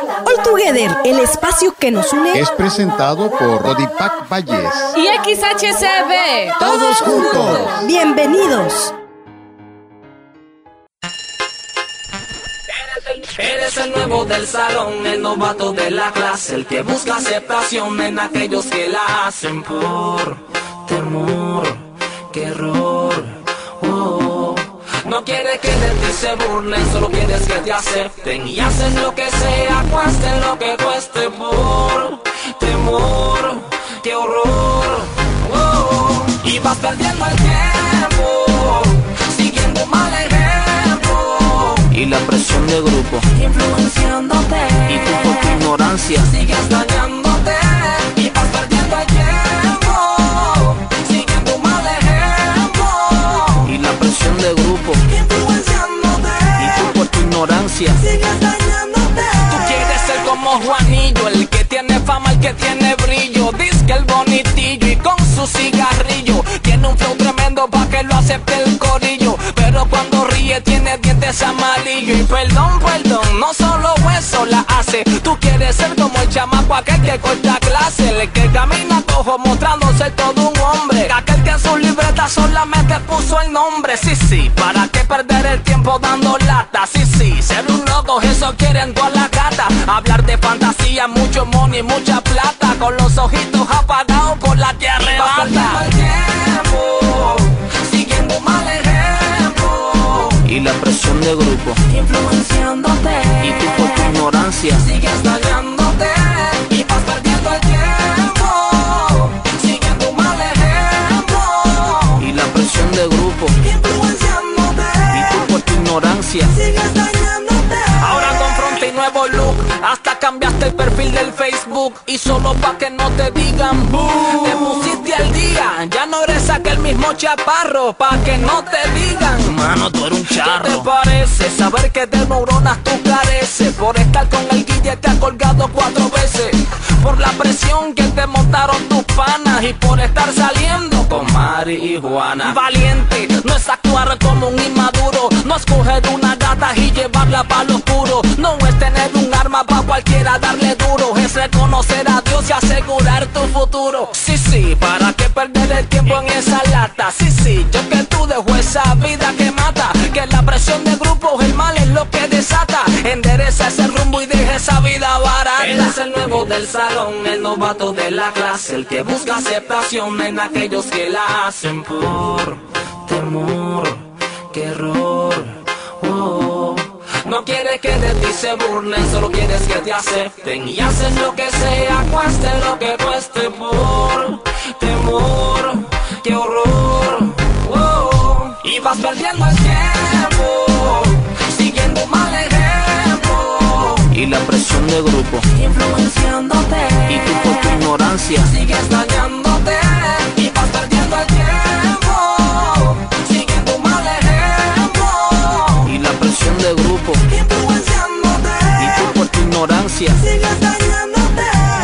All Together, el espacio que nos une, es presentado por Codipac Valles y XHCB. Todos juntos. Bienvenidos. Eres el nuevo del salón, el novato de la clase, el que busca aceptación en aquellos que la hacen por temor. ¡Qué error! Oh. No quieres que de ti se burlen, solo quieres que te acepten y haces lo que sea, cueste lo que cueste por temor. ¡Qué horror! Oh. Y vas perdiendo el tiempo, siguiendo un mal ejemplo. Y la presión de grupo influenciándote, y tú por tu ignorancia sigues dañándote. Y vas perdiendo el tiempo, siguiendo un mal ejemplo. Y la presión de grupo influenciándote, y tú por tu ignorancia sigues dañándote. Tú quieres ser como Juanillo, el que tiene fama, el que tiene brillo. Dice que el bonitillo y con su cigarrillo tiene un flow tremendo pa' que lo acepte el corillo. Pero cuando ríe tiene dientes amarillos. Y perdón, no solo eso la hace. Tú quieres ser como el chamaco aquel que corta clase, el que camina cojo mostrándose todo un hombre, aquel que en su libreta solamente puso el nombre. Sí, ¿para qué perder el tiempo dando lata? Sí, ser un loco, eso quieren todas las gatas. Hablar de fantasía, mucho money, mucha plata, con los ojitos apagados por la que arrebata. El tiempo, siguiendo un mal ejemplo. y la presión de grupo Influenciándote, y tú por tu ignorancia sigues dañándote. Y vas perdiendo el tiempo, siguiendo un mal ejemplo. y la presión de grupo Influenciándote, y tú por tu ignorancia sigues dañándote. Ahora confronta y nuevo look, hasta cambiaste el perfil del Facebook. Y solo pa' que no te digan boo, te pusiste al día, ya no eres aquel mismo chaparro. Pa' que no te digan, mano, tú eres un ¿qué charro. te parece? Saber que de neuronas tú careces, por estar con el guille te ha colgado 4 veces, por la presión que te montaron tus panas y por estar saliendo con Mari y Juana. Valiente no es actuar como un inmaduro, no es coger una gata y llevarla pa' lo oscuro, no es tener un arma pa' cualquiera darle duro, es reconocer a Dios y asegurar tu futuro. Sí, ¿para qué perder el tiempo en esa lata? Sí, yo que tú dejo esa vida que mata, que la presión de grupo, el mal es lo que desata. Endereza ese rumbo y deja esa vida barata. Él es el nuevo del salón, el novato de la clase, el que busca aceptación en aquellos que la hacen por temor. ¡Qué error! Oh. No quieres que de ti se burlen, solo quieres que te acepten y haces lo que sea, cueste lo que cueste por temor. ¡Qué horror! Oh. Y vas perdiendo el tiempo, siguiendo un mal ejemplo. y la presión de grupo Influenciándote, y tú por tu ignorancia sigues dañándote. Y vas perdiendo el tiempo, siguiendo un mal ejemplo. y la presión de grupo Influenciándote, y tú por tu ignorancia sigues dañándote.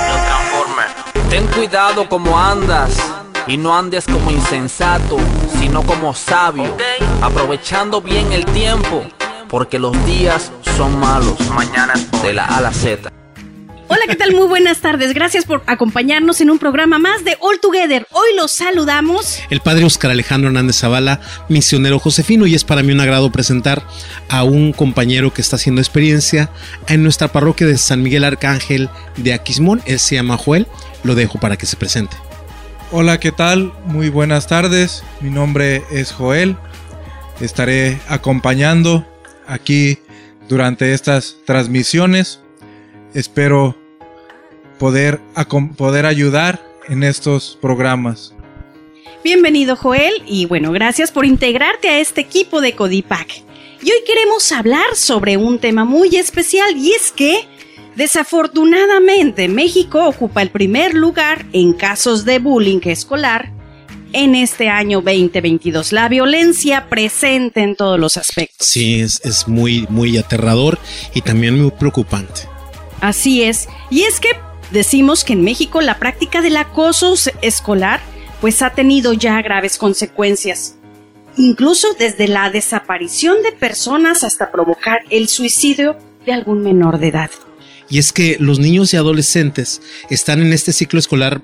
Ten cuidado como andas y no andes como insensato, sino como sabio, aprovechando bien el tiempo, porque los días son malos. Mañana de la A a la Z. Hola, ¿qué tal? Muy buenas tardes. Gracias por acompañarnos en un programa más de All Together. Hoy los saludamos el padre Óscar Alejandro Hernández Zavala, misionero josefino, y es para mí un agrado presentar a un compañero que está haciendo experiencia en nuestra parroquia de San Miguel Arcángel de Aquismón. Él se llama Joel. Lo dejo para que se presente. Hola, ¿qué tal? Muy buenas tardes. Mi nombre es Joel. Estaré acompañando aquí durante estas transmisiones. Espero poder ayudar en estos programas. Bienvenido, Joel, y bueno, gracias por integrarte a este equipo de Codipac. Y hoy queremos hablar sobre un tema muy especial, y es que desafortunadamente México ocupa el primer lugar en casos de bullying escolar en este año 2022. La violencia presente en todos los aspectos. Sí, es muy, muy aterrador y también muy preocupante. Así es, y es que decimos que en México la práctica del acoso escolar pues ha tenido ya graves consecuencias, incluso desde la desaparición de personas hasta provocar el suicidio de algún menor de edad. Y es que los niños y adolescentes están en este ciclo escolar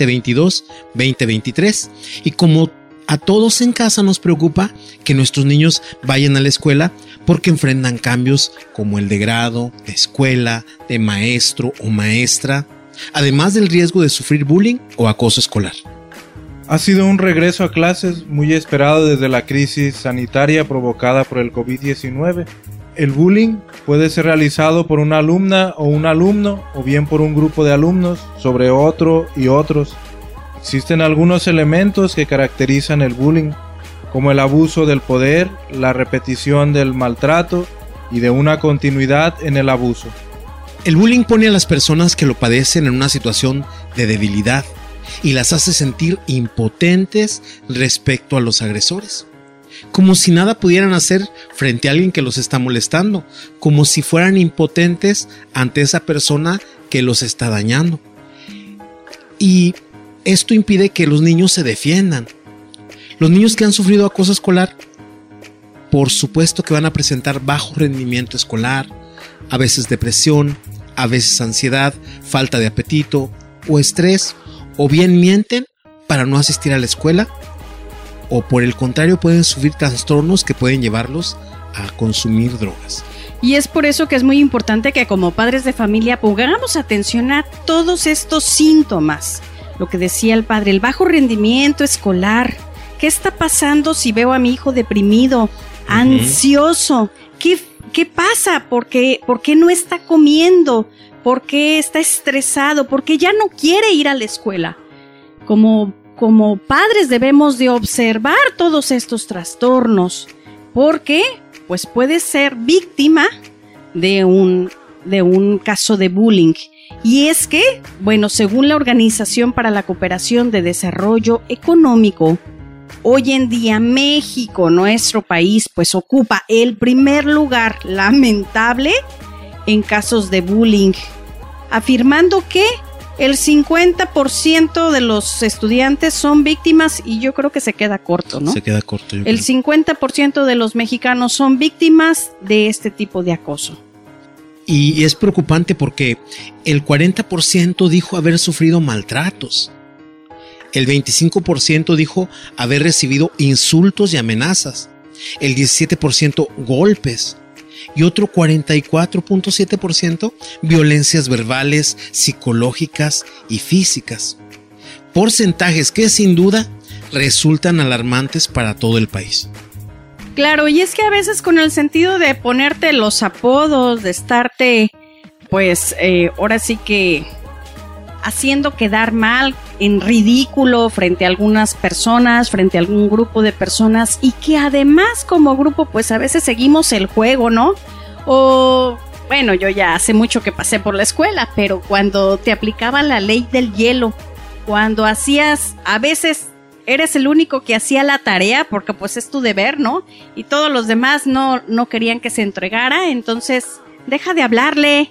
2022-2023 y como a todos en casa nos preocupa que nuestros niños vayan a la escuela porque enfrentan cambios como el de grado, de escuela, de maestro o maestra, además del riesgo de sufrir bullying o acoso escolar. Ha sido un regreso a clases muy esperado desde la crisis sanitaria provocada por el COVID-19. El bullying puede ser realizado por una alumna o un alumno o bien por un grupo de alumnos sobre otro y otros. Existen algunos elementos que caracterizan el bullying, como el abuso del poder, la repetición del maltrato y de una continuidad en el abuso. El bullying pone a las personas que lo padecen en una situación de debilidad y las hace sentir impotentes respecto a los agresores, como si nada pudieran hacer frente a alguien que los está molestando, como si fueran impotentes ante esa persona que los está dañando. Y esto impide que los niños se defiendan. Los niños que han sufrido acoso escolar, por supuesto que van a presentar bajo rendimiento escolar, a veces depresión, a veces ansiedad, falta de apetito o estrés, o bien mienten para no asistir a la escuela, o por el contrario pueden sufrir trastornos que pueden llevarlos a consumir drogas. Y es por eso que es muy importante que como padres de familia pongamos atención a todos estos síntomas. Lo que decía el padre, el bajo rendimiento escolar. ¿Qué está pasando si veo a mi hijo deprimido, ansioso? ¿Qué pasa? ¿Por qué no está comiendo? ¿Por qué está estresado? ¿Por qué ya no quiere ir a la escuela? Como padres debemos de observar todos estos trastornos, porque pues puede ser víctima de un caso de bullying. Y es que, bueno, según la Organización para la Cooperación de Desarrollo Económico, hoy en día México, nuestro país, pues ocupa el primer lugar lamentable en casos de bullying, afirmando que el 50% de los estudiantes son víctimas, y yo creo que se queda corto, ¿no? Se queda corto. El 50% de los mexicanos son víctimas de este tipo de acoso. Y es preocupante porque el 40% dijo haber sufrido maltratos. El 25% dijo haber recibido insultos y amenazas. El 17% golpes. Y otro 44.7% violencias verbales, psicológicas y físicas. Porcentajes que sin duda resultan alarmantes para todo el país. Claro, y es que a veces con el sentido de ponerte los apodos, de estarte, pues, ahora sí que haciendo quedar mal, en ridículo frente a algunas personas, frente a algún grupo de personas, y que además como grupo, pues a veces seguimos el juego, ¿no? O, bueno, yo ya hace mucho que pasé por la escuela, pero cuando te aplicaban la ley del hielo, cuando hacías, a veces eres el único que hacía la tarea porque pues es tu deber, ¿no? Y todos los demás no querían que se entregara, entonces deja de hablarle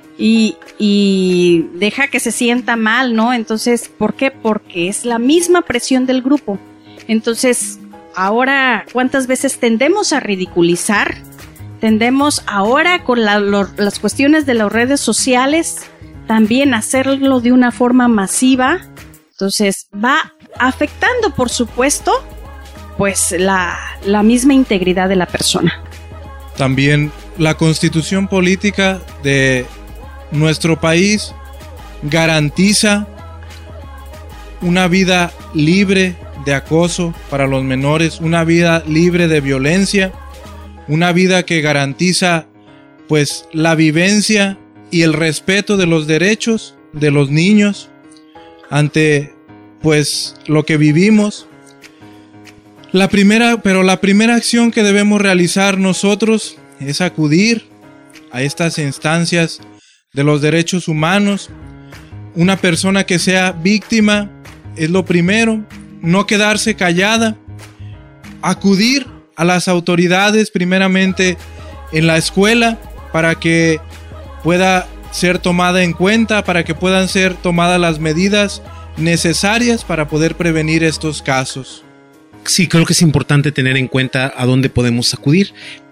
y deja que se sienta mal, ¿no? Entonces, ¿por qué? Porque es la misma presión del grupo. Entonces, ahora, ¿cuántas veces tendemos a ridiculizar? Tendemos ahora con las cuestiones de las redes sociales también a hacerlo de una forma masiva. Entonces, va afectando, por supuesto, pues la misma integridad de la persona. También la constitución política de nuestro país garantiza una vida libre de acoso para los menores, una vida libre de violencia, una vida que garantiza pues la vivencia y el respeto de los derechos de los niños ante pues lo que vivimos. La primera acción que debemos realizar nosotros es acudir a estas instancias de los derechos humanos. Una persona que sea víctima es lo primero, no quedarse callada, acudir a las autoridades primeramente en la escuela para que pueda ser tomada en cuenta, para que puedan ser tomadas las medidas necesarias para poder prevenir estos casos. Sí, creo que es importante tener en cuenta a dónde podemos acudir,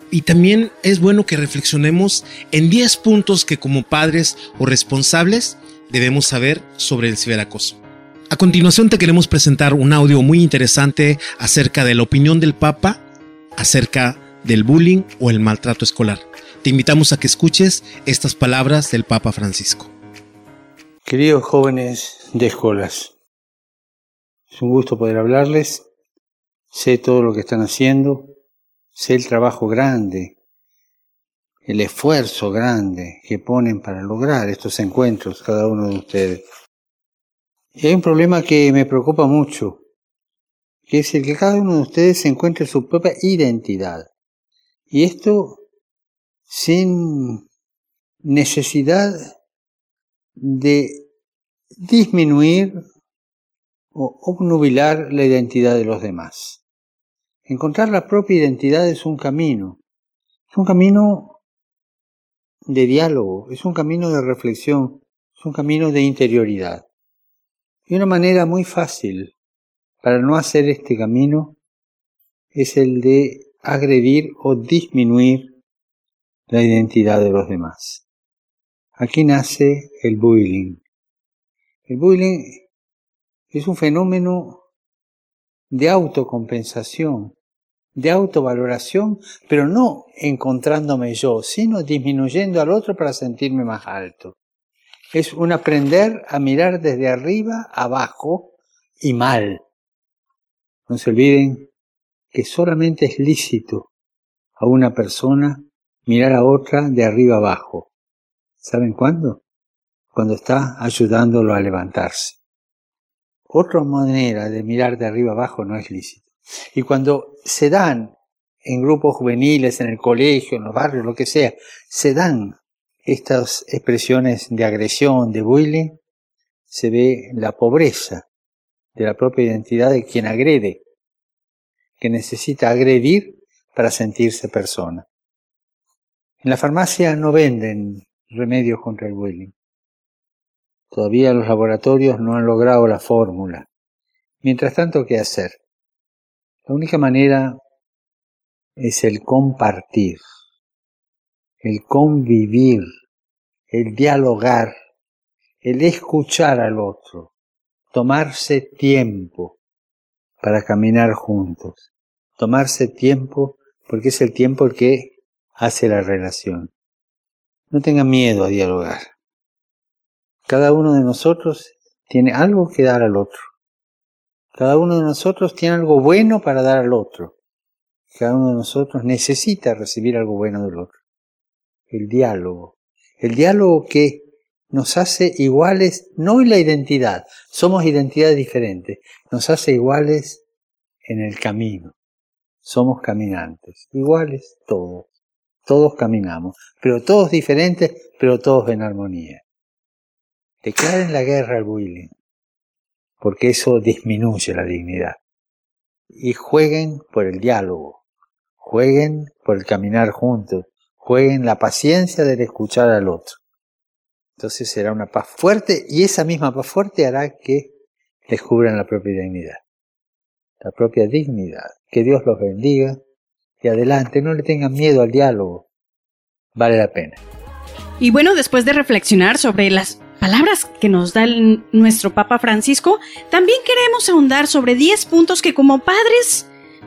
Y también es bueno que reflexionemos en 10 puntos que como padres o responsables debemos saber sobre el ciberacoso. A continuación te queremos presentar un audio muy interesante acerca de la opinión del Papa acerca del bullying o el maltrato escolar. Te invitamos a que escuches estas palabras del Papa Francisco. Queridos jóvenes de escuelas, es un gusto poder hablarles. Sé todo lo que están haciendo, sé el trabajo grande, el esfuerzo grande que ponen para lograr estos encuentros cada uno de ustedes. Y hay un problema que me preocupa mucho, que es el que cada uno de ustedes encuentre su propia identidad. Y esto sin necesidad de disminuir o obnubilar la identidad de los demás. Encontrar la propia identidad es un camino de diálogo, es un camino de reflexión, es un camino de interioridad. Y una manera muy fácil para no hacer este camino es el de agredir o disminuir la identidad de los demás. Aquí nace el bullying. El bullying es un fenómeno de autocompensación, de autovaloración, pero no encontrándome yo, sino disminuyendo al otro para sentirme más alto. Es un aprender a mirar desde arriba, abajo y mal. No se olviden que solamente es lícito a una persona mirar a otra de arriba abajo. ¿Saben cuándo? Cuando está ayudándolo a levantarse. Otra manera de mirar de arriba abajo no es lícito. Y cuando se dan en grupos juveniles, en el colegio, en los barrios, lo que sea, se dan estas expresiones de agresión, de bullying, se ve la pobreza de la propia identidad de quien agrede, que necesita agredir para sentirse persona. En la farmacia no venden remedios contra el bullying. Todavía los laboratorios no han logrado la fórmula. Mientras tanto, ¿qué hacer? La única manera es el compartir, el convivir, el dialogar, el escuchar al otro, tomarse tiempo para caminar juntos. Tomarse tiempo porque es el tiempo el que hace la relación. No tengan miedo a dialogar. Cada uno de nosotros tiene algo que dar al otro. Cada uno de nosotros tiene algo bueno para dar al otro. Cada uno de nosotros necesita recibir algo bueno del otro. El diálogo. El diálogo que nos hace iguales, no en la identidad, somos identidades diferentes, nos hace iguales en el camino. Somos caminantes, iguales todos. Todos caminamos, pero todos diferentes, pero todos en armonía. Declaren la guerra al bullying, porque eso disminuye la dignidad. Y jueguen por el diálogo, jueguen por el caminar juntos, jueguen la paciencia del escuchar al otro. Entonces será una paz fuerte y esa misma paz fuerte hará que descubran la propia dignidad. La propia dignidad. Que Dios los bendiga y adelante, no le tengan miedo al diálogo. Vale la pena. Y bueno, después de reflexionar sobre las palabras que nos da nuestro Papa Francisco, también queremos ahondar sobre 10 puntos que como padres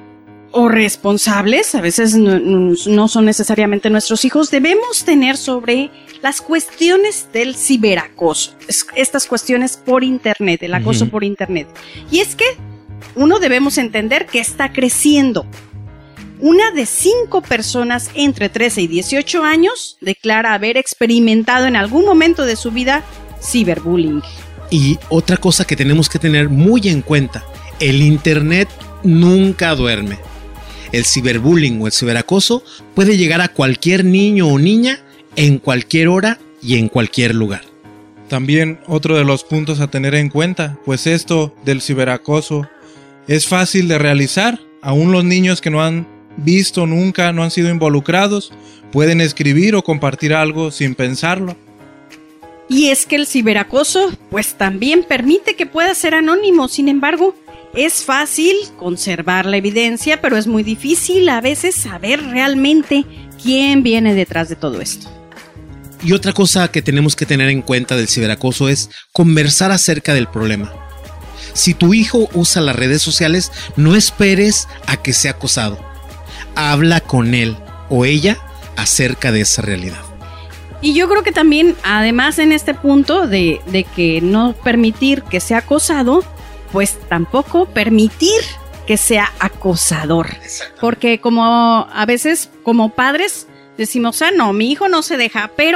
o responsables, a veces no son necesariamente nuestros hijos, debemos tener sobre las cuestiones del ciberacoso, estas cuestiones por internet, el acoso por internet. Y es que uno debemos entender que está creciendo. Una de 5 personas entre 13 y 18 años declara haber experimentado en algún momento de su vida ciberbullying. Y otra cosa que tenemos que tener muy en cuenta, el internet nunca duerme. El ciberbullying o el ciberacoso puede llegar a cualquier niño o niña en cualquier hora y en cualquier lugar. También otro de los puntos a tener en cuenta, pues esto del ciberacoso es fácil de realizar. Aún los niños que no han visto nunca, no han sido involucrados, pueden escribir o compartir algo sin pensarlo. Y es que el ciberacoso pues también permite que pueda ser anónimo. Sin embargo, Es fácil conservar la evidencia, pero es muy difícil a veces saber realmente quién viene detrás de todo esto. Y otra cosa que tenemos que tener en cuenta del ciberacoso es conversar acerca del problema. Si tu hijo usa las redes sociales, no esperes a que sea acosado. Habla con él o ella acerca de esa realidad. Y yo creo que también, además en este punto de que no permitir que sea acosado, pues tampoco permitir que sea acosador. Porque como a veces como padres decimos, no, mi hijo no se deja, pero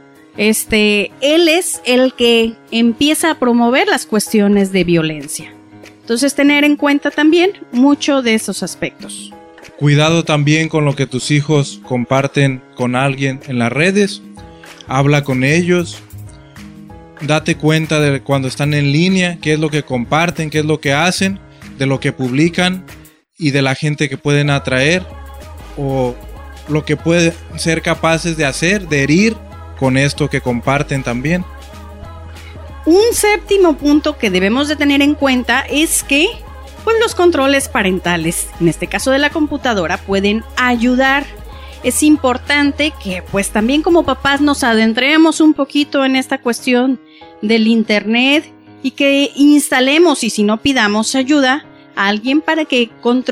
él es el que empieza a promover las cuestiones de violencia. Entonces tener en cuenta también mucho de esos aspectos. Cuidado también con lo que tus hijos comparten con alguien en las redes. Habla con ellos. Date cuenta de cuando están en línea, qué es lo que comparten, qué es lo que hacen, de lo que publican y de la gente que pueden atraer o lo que pueden ser capaces de hacer, de herir con esto que comparten también. Un séptimo punto que debemos de tener en cuenta es que pues, los controles parentales, en este caso de la computadora, pueden ayudar. Es importante que pues también como papás nos adentremos un poquito en esta cuestión del internet y que instalemos, y si no pidamos ayuda a alguien para que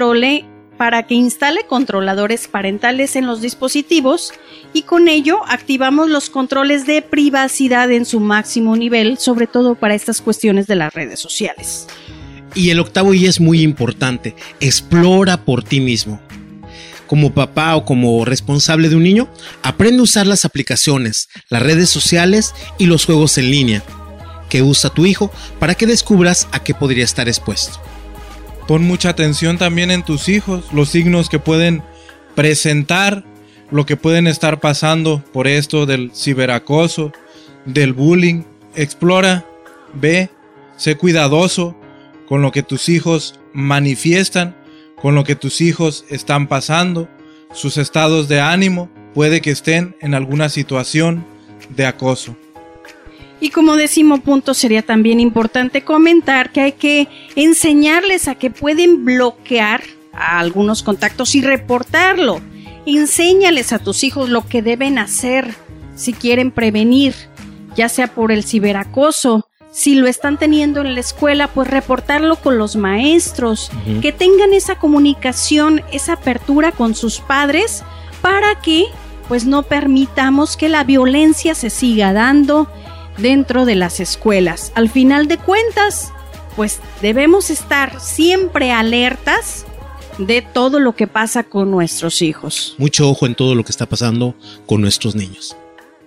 instale controladores parentales en los dispositivos y con ello activamos los controles de privacidad en su máximo nivel, sobre todo para estas cuestiones de las redes sociales. Y el octavo y es muy importante, explora por ti mismo. Como papá o como responsable de un niño, aprende a usar las aplicaciones, las redes sociales y los juegos en línea que usa tu hijo para que descubras a qué podría estar expuesto. Pon mucha atención también en tus hijos, los signos que pueden presentar, lo que pueden estar pasando por esto del ciberacoso, del bullying. Explora, ve, sé cuidadoso con lo que tus hijos manifiestan, con lo que tus hijos están pasando, sus estados de ánimo, puede que estén en alguna situación de acoso. Y como décimo punto sería también importante comentar que hay que enseñarles a que pueden bloquear a algunos contactos y reportarlo. Enséñales a tus hijos lo que deben hacer si quieren prevenir, ya sea por el ciberacoso. Si lo están teniendo en la escuela, pues reportarlo con los maestros, que tengan esa comunicación, esa apertura con sus padres para que pues no permitamos que la violencia se siga dando dentro de las escuelas. Al final de cuentas, pues debemos estar siempre alertas de todo lo que pasa con nuestros hijos. Mucho ojo en todo lo que está pasando con nuestros niños.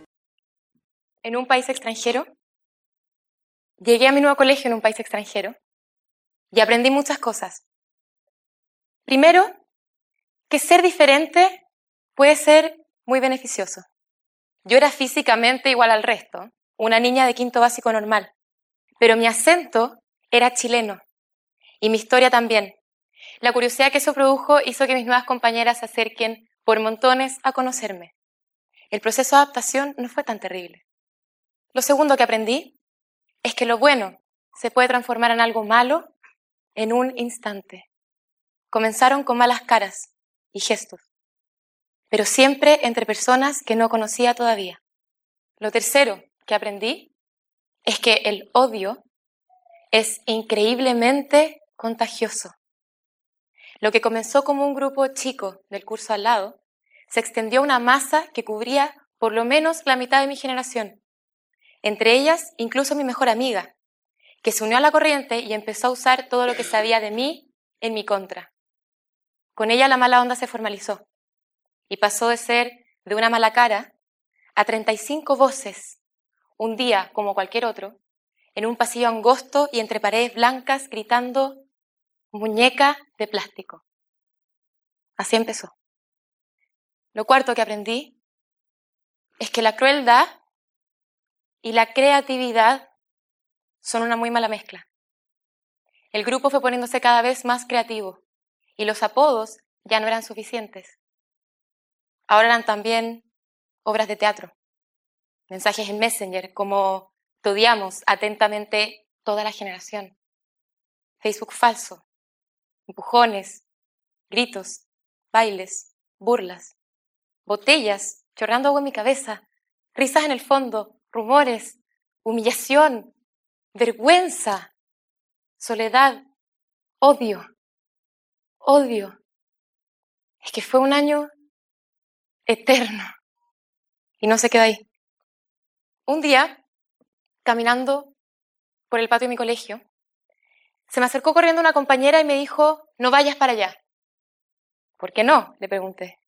En un país extranjero, llegué a mi nuevo colegio en un país extranjero y aprendí muchas cosas. Primero, que ser diferente puede ser muy beneficioso. Yo era físicamente igual al resto, una niña de quinto básico normal, pero mi acento era chileno y mi historia también. La curiosidad que eso produjo hizo que mis nuevas compañeras se acerquen por montones a conocerme. El proceso de adaptación no fue tan terrible. Lo segundo que aprendí es que lo bueno se puede transformar en algo malo en un instante. Comenzaron con malas caras y gestos, pero siempre entre personas que no conocía todavía. Lo tercero que aprendí es que el odio es increíblemente contagioso. Lo que comenzó como un grupo chico del curso al lado, se extendió a una masa que cubría por lo menos la mitad de mi generación. Entre ellas, incluso mi mejor amiga, que se unió a la corriente y empezó a usar todo lo que sabía de mí en mi contra. Con ella la mala onda se formalizó y pasó de ser de una mala cara a 35 voces, un día como cualquier otro, en un pasillo angosto y entre paredes blancas gritando muñeca de plástico. Así empezó. Lo cuarto que aprendí es que la crueldad y la creatividad son una muy mala mezcla. El grupo fue poniéndose cada vez más creativo y los apodos ya no eran suficientes. Ahora eran también obras de teatro, mensajes en Messenger como "te odiamos atentamente toda la generación", Facebook falso, empujones, gritos, bailes, burlas, botellas chorreando agua en mi cabeza, risas en el fondo, rumores, humillación, vergüenza, soledad, odio. Es que fue un año eterno y no se queda ahí. Un día, caminando por el patio de mi colegio, se me acercó corriendo una compañera y me dijo, no vayas para allá. ¿Por qué no?, le pregunté.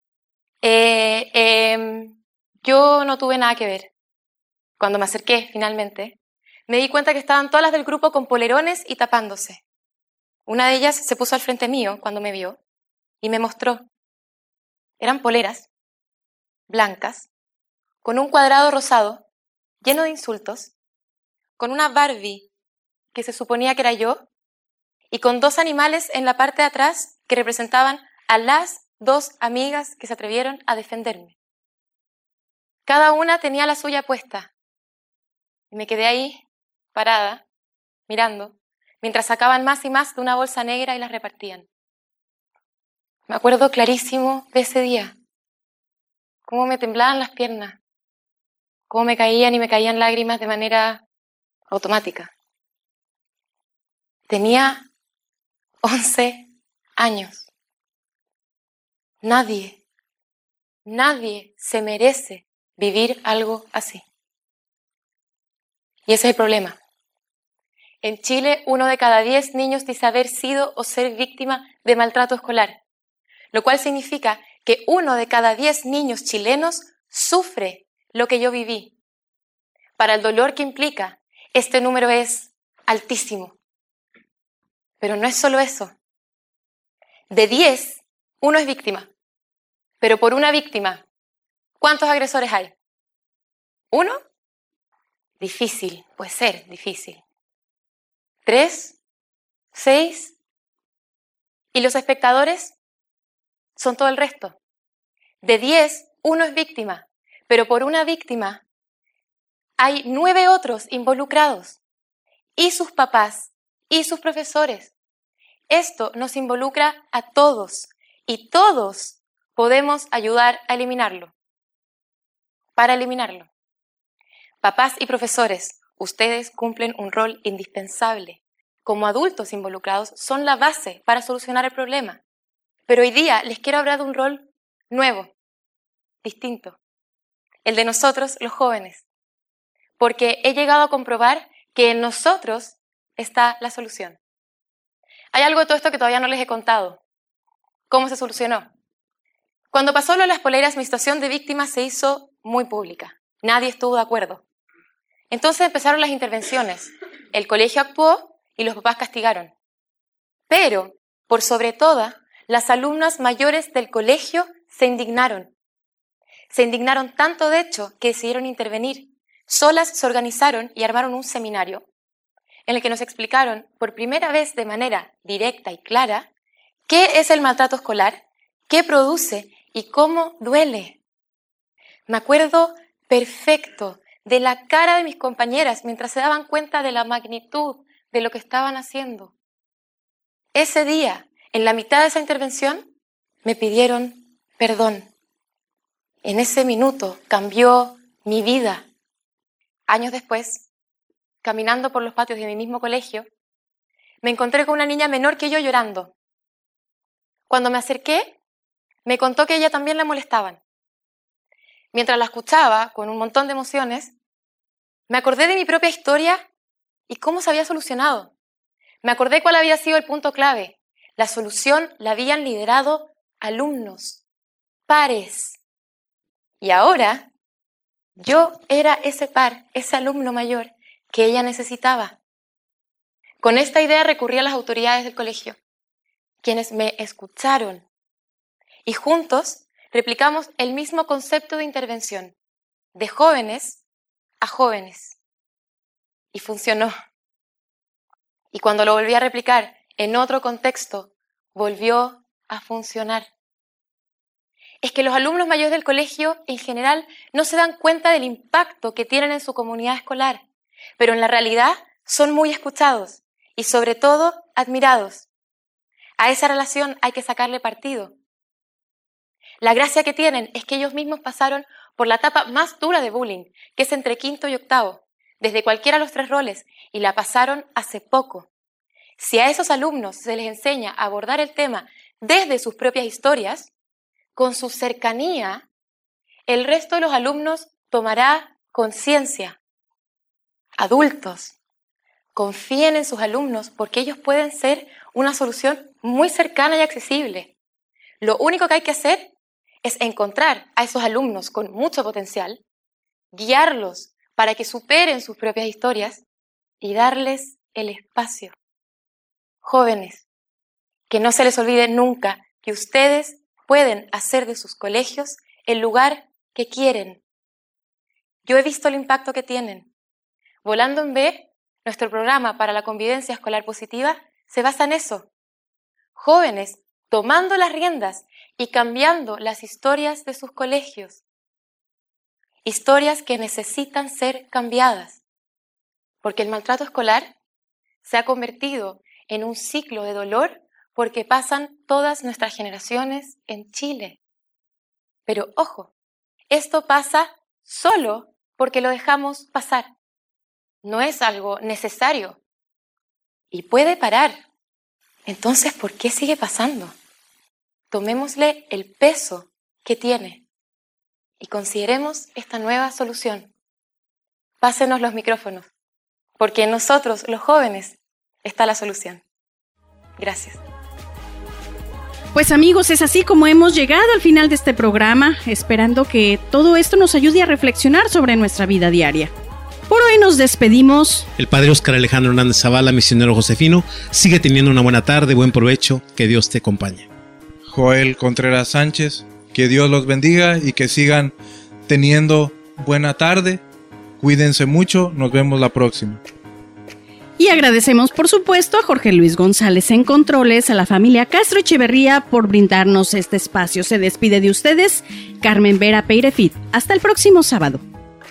Yo no tuve nada que ver. Cuando me acerqué, finalmente, me di cuenta que estaban todas las del grupo con polerones y tapándose. Una de ellas se puso al frente mío cuando me vio y me mostró. Eran poleras blancas, con un cuadrado rosado, lleno de insultos, con una Barbie que se suponía que era yo, y con 2 animales en la parte de atrás que representaban a las 2 amigas que se atrevieron a defenderme. Cada una tenía la suya puesta, y me quedé ahí, parada, mirando, mientras sacaban más y más de una bolsa negra y las repartían. Me acuerdo clarísimo de ese día, cómo me temblaban las piernas, cómo me caían y me caían lágrimas de manera automática. Tenía 11 años. Nadie se merece vivir algo así. Y ese es el problema. En Chile, 1 de cada 10 niños dice haber sido o ser víctima de maltrato escolar, lo cual significa que 1 de cada 10 niños chilenos sufre lo que yo viví. Para el dolor que implica, este número es altísimo. Pero no es solo eso. De 10, 1 es víctima. Pero por una víctima, ¿cuántos agresores hay? ¿1? Difícil, puede ser difícil. 3, 6. ¿Y los espectadores? Son todo el resto. De 10, 1 es víctima. Pero por una víctima hay 9 otros involucrados. Y sus papás, y sus profesores. Esto nos involucra a todos. Y todos podemos ayudar a eliminarlo. Para eliminarlo. Papás y profesores, ustedes cumplen un rol indispensable. Como adultos involucrados, son la base para solucionar el problema. Pero hoy día les quiero hablar de un rol nuevo, distinto. El de nosotros, los jóvenes. Porque he llegado a comprobar que en nosotros está la solución. Hay algo de todo esto que todavía no les he contado. ¿Cómo se solucionó? Cuando pasó lo de las poleras, mi situación de víctima se hizo muy pública. Nadie estuvo de acuerdo. Entonces empezaron las intervenciones. El colegio actuó y los papás castigaron. Pero, por sobre todo, las alumnas mayores del colegio se indignaron. Se indignaron tanto, de hecho, que decidieron intervenir. Solas se organizaron y armaron un seminario en el que nos explicaron por primera vez de manera directa y clara qué es el maltrato escolar, qué produce y cómo duele. Me acuerdo perfecto de la cara de mis compañeras mientras se daban cuenta de la magnitud de lo que estaban haciendo. Ese día, en la mitad de esa intervención, me pidieron perdón. En ese minuto cambió mi vida. Años después, caminando por los patios de mi mismo colegio, me encontré con una niña menor que yo llorando. Cuando me acerqué, me contó que a ella también la molestaban. Mientras la escuchaba, con un montón de emociones, me acordé de mi propia historia y cómo se había solucionado. Me acordé cuál había sido el punto clave. La solución la habían liderado alumnos, pares. Y ahora, yo era ese par, ese alumno mayor que ella necesitaba. Con esta idea recurrí a las autoridades del colegio, quienes me escucharon. Y juntos replicamos el mismo concepto de intervención, de jóvenes a jóvenes. Y funcionó. Y cuando lo volví a replicar en otro contexto, volvió a funcionar. Es que los alumnos mayores del colegio, en general, no se dan cuenta del impacto que tienen en su comunidad escolar, pero en la realidad son muy escuchados y, sobre todo, admirados. A esa relación hay que sacarle partido. La gracia que tienen es que ellos mismos pasaron por la etapa más dura de bullying, que es entre 5º y 8º, desde cualquiera de los 3 roles, y la pasaron hace poco. Si a esos alumnos se les enseña a abordar el tema desde sus propias historias, con su cercanía, el resto de los alumnos tomará conciencia. Adultos, confíen en sus alumnos porque ellos pueden ser una solución muy cercana y accesible. Lo único que hay que hacer es encontrar a esos alumnos con mucho potencial, guiarlos para que superen sus propias historias y darles el espacio. Jóvenes, que no se les olvide nunca que ustedes pueden hacer de sus colegios el lugar que quieren. Yo he visto el impacto que tienen. Volando en B, nuestro programa para la convivencia escolar positiva se basa en eso. Jóvenes tomando las riendas y cambiando las historias de sus colegios. Historias que necesitan ser cambiadas, porque el maltrato escolar se ha convertido en un ciclo de dolor porque pasan todas nuestras generaciones en Chile. Pero ojo, esto pasa solo porque lo dejamos pasar. No es algo necesario y puede parar. Entonces, ¿por qué sigue pasando? Tomémosle el peso que tiene y consideremos esta nueva solución. Pásenos los micrófonos, porque en nosotros, los jóvenes, está la solución. Gracias. Pues amigos, es así como hemos llegado al final de este programa, esperando que todo esto nos ayude a reflexionar sobre nuestra vida diaria. Por hoy nos despedimos. El padre Óscar Alejandro Hernández Zavala, misionero josefino, sigue teniendo una buena tarde, buen provecho, que Dios te acompañe. Joel Contreras Sánchez, que Dios los bendiga y que sigan teniendo buena tarde. Cuídense mucho, nos vemos la próxima. Y agradecemos, por supuesto, a Jorge Luis González en controles, a la familia Castro Echeverría por brindarnos este espacio. Se despide de ustedes, Carmen Vera Peirefit. Hasta el próximo sábado.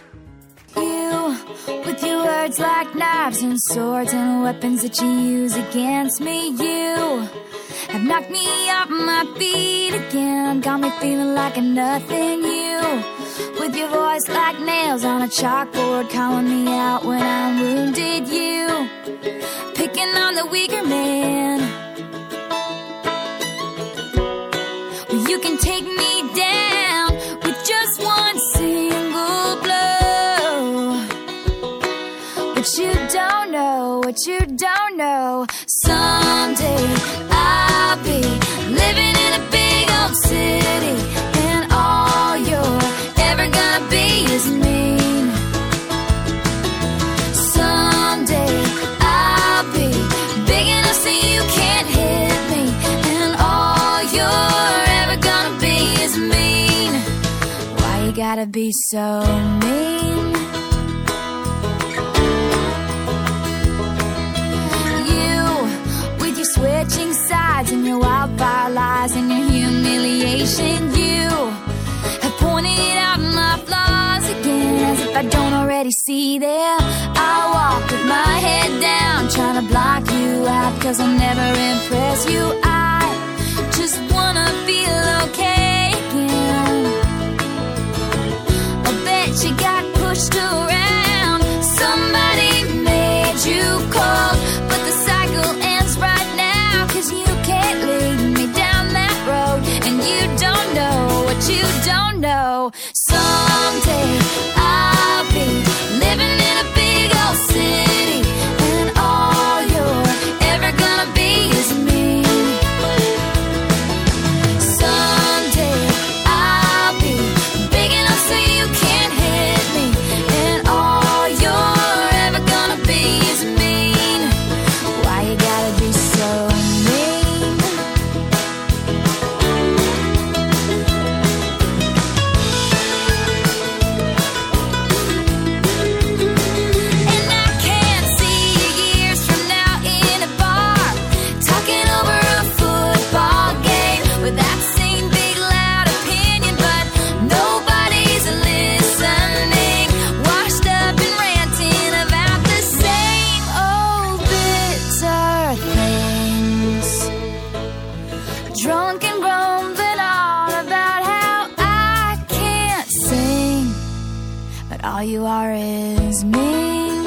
With your words like knives and swords and weapons that you use against me, you have knocked me off my feet again, got me feeling like a nothing. You, with your voice like nails on a chalkboard, calling me out when I'm wounded. You, picking on the weaker man. Well, you can take me down with just one single blow. But you don't know what you don't know. Someday I'll be living in a big old city, and all you're ever gonna be is mean. Someday I'll be big enough so you can't hit me, and all you're ever gonna be is mean. Why you gotta be so mean? Switching sides and your wildfire lies and your humiliation. You have pointed out my flaws again, as if I don't already see them. I walk with my head down, trying to block you out, 'cause I'll never impress you. I just wanna feel okay again. I bet you got pushed around, somebody made you cold, but the cycle ends right now, 'cause you can't lead me down that road, and you don't know what you don't know. Someday I'll be living in a big old city, and all you're ever gonna be is me. Someday I'll be big enough so you can't hit me, and all you are is mean.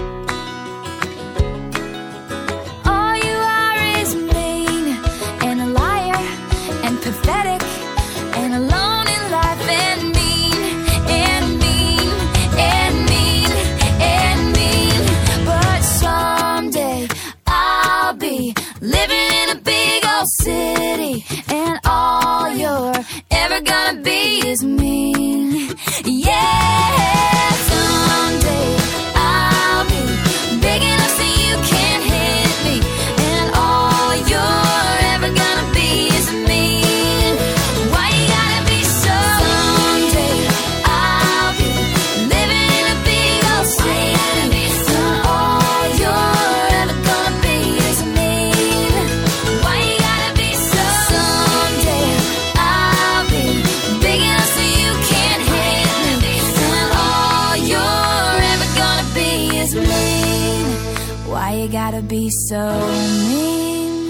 All you are is mean and a liar and pathetic and alone in life and mean and mean and mean and mean. But someday I'll be living in a big old city and all you're ever gonna be is mean. Yeah, someday I'll be big enough so you can't hit me, and all you're ever gonna be is mean. Why you gotta be so? Someday I'll be living in a big old city, and all you're ever gonna be is mean. Why you gotta be so? Someday I'll be big enough so you can't hit me, and all you're ever gonna be is mean. Why you gotta be so mean?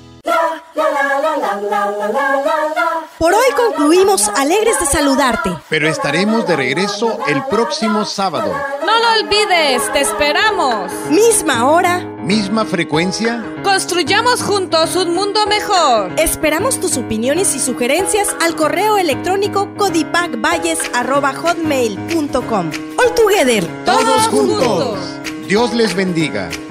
Por hoy concluimos alegres de saludarte. Pero estaremos de regreso el próximo sábado. No lo olvides, te esperamos. Misma hora. Misma frecuencia. Construyamos juntos un mundo mejor. Esperamos tus opiniones y sugerencias al correo electrónico codipacvalles@hotmail.com. All together. Todos juntos. Dios les bendiga.